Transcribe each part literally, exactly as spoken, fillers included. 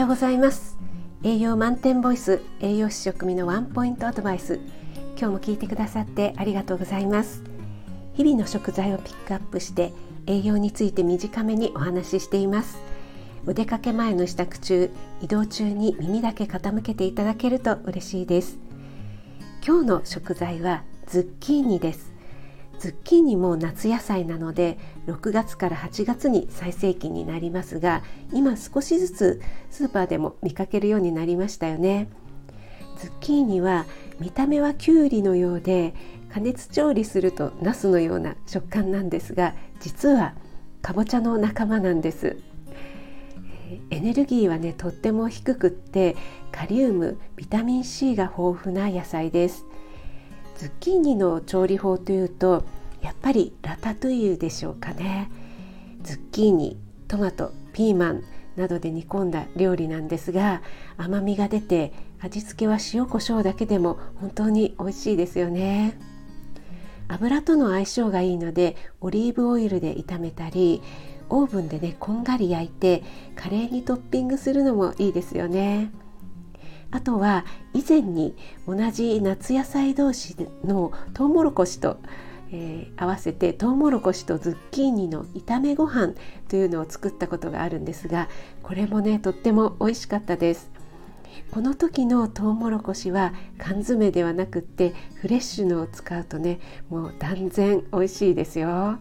ございます。栄養満点ボイス、栄養士食味のワンポイントアドバイス。今日も聞いてくださってありがとうございます。日々の食材をピックアップして栄養について短めにお話ししています。お出かけ前の支度中、移動中に耳だけ傾けていただけると嬉しいです。今日の食材はズッキーニです。ズッキーニも夏野菜なのでろくがつからはちがつに最盛期になりますが、今少しずつスーパーでも見かけるようになりましたよね。ズッキーニは見た目はキュウリのようで、加熱調理するとナスのような食感なんですが、実はかぼちゃの仲間なんです。エネルギーはねとっても低くって、カリウム、ビタミン C が豊富な野菜です。ズッキーニの調理法というと、やっぱりラタトゥイユでしょうかね。ズッキーニ、トマト、ピーマンなどで煮込んだ料理なんですが、甘みが出て味付けは塩コショウだけでも本当に美味しいですよね。油との相性がいいので、オリーブオイルで炒めたり、オーブンでねこんがり焼いてカレーにトッピングするのもいいですよね。あとは以前に同じ夏野菜同士のトウモロコシと、えー、合わせてトウモロコシとズッキーニの炒めご飯というのを作ったことがあるんですが、これもねとっても美味しかったです。この時のトウモロコシは缶詰ではなくってフレッシュのを使うとね、もう断然美味しいですよ。はい、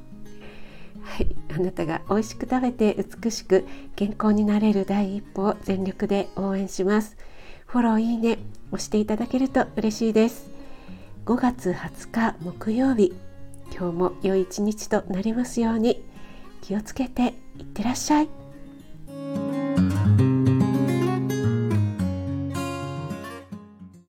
あなたが美味しく食べて美しく健康になれる第一歩を全力で応援します。フォロー、いいね押していただけると嬉しいです。ごがつはつか木曜日、今日も良い一日となりますように。気をつけていってらっしゃい。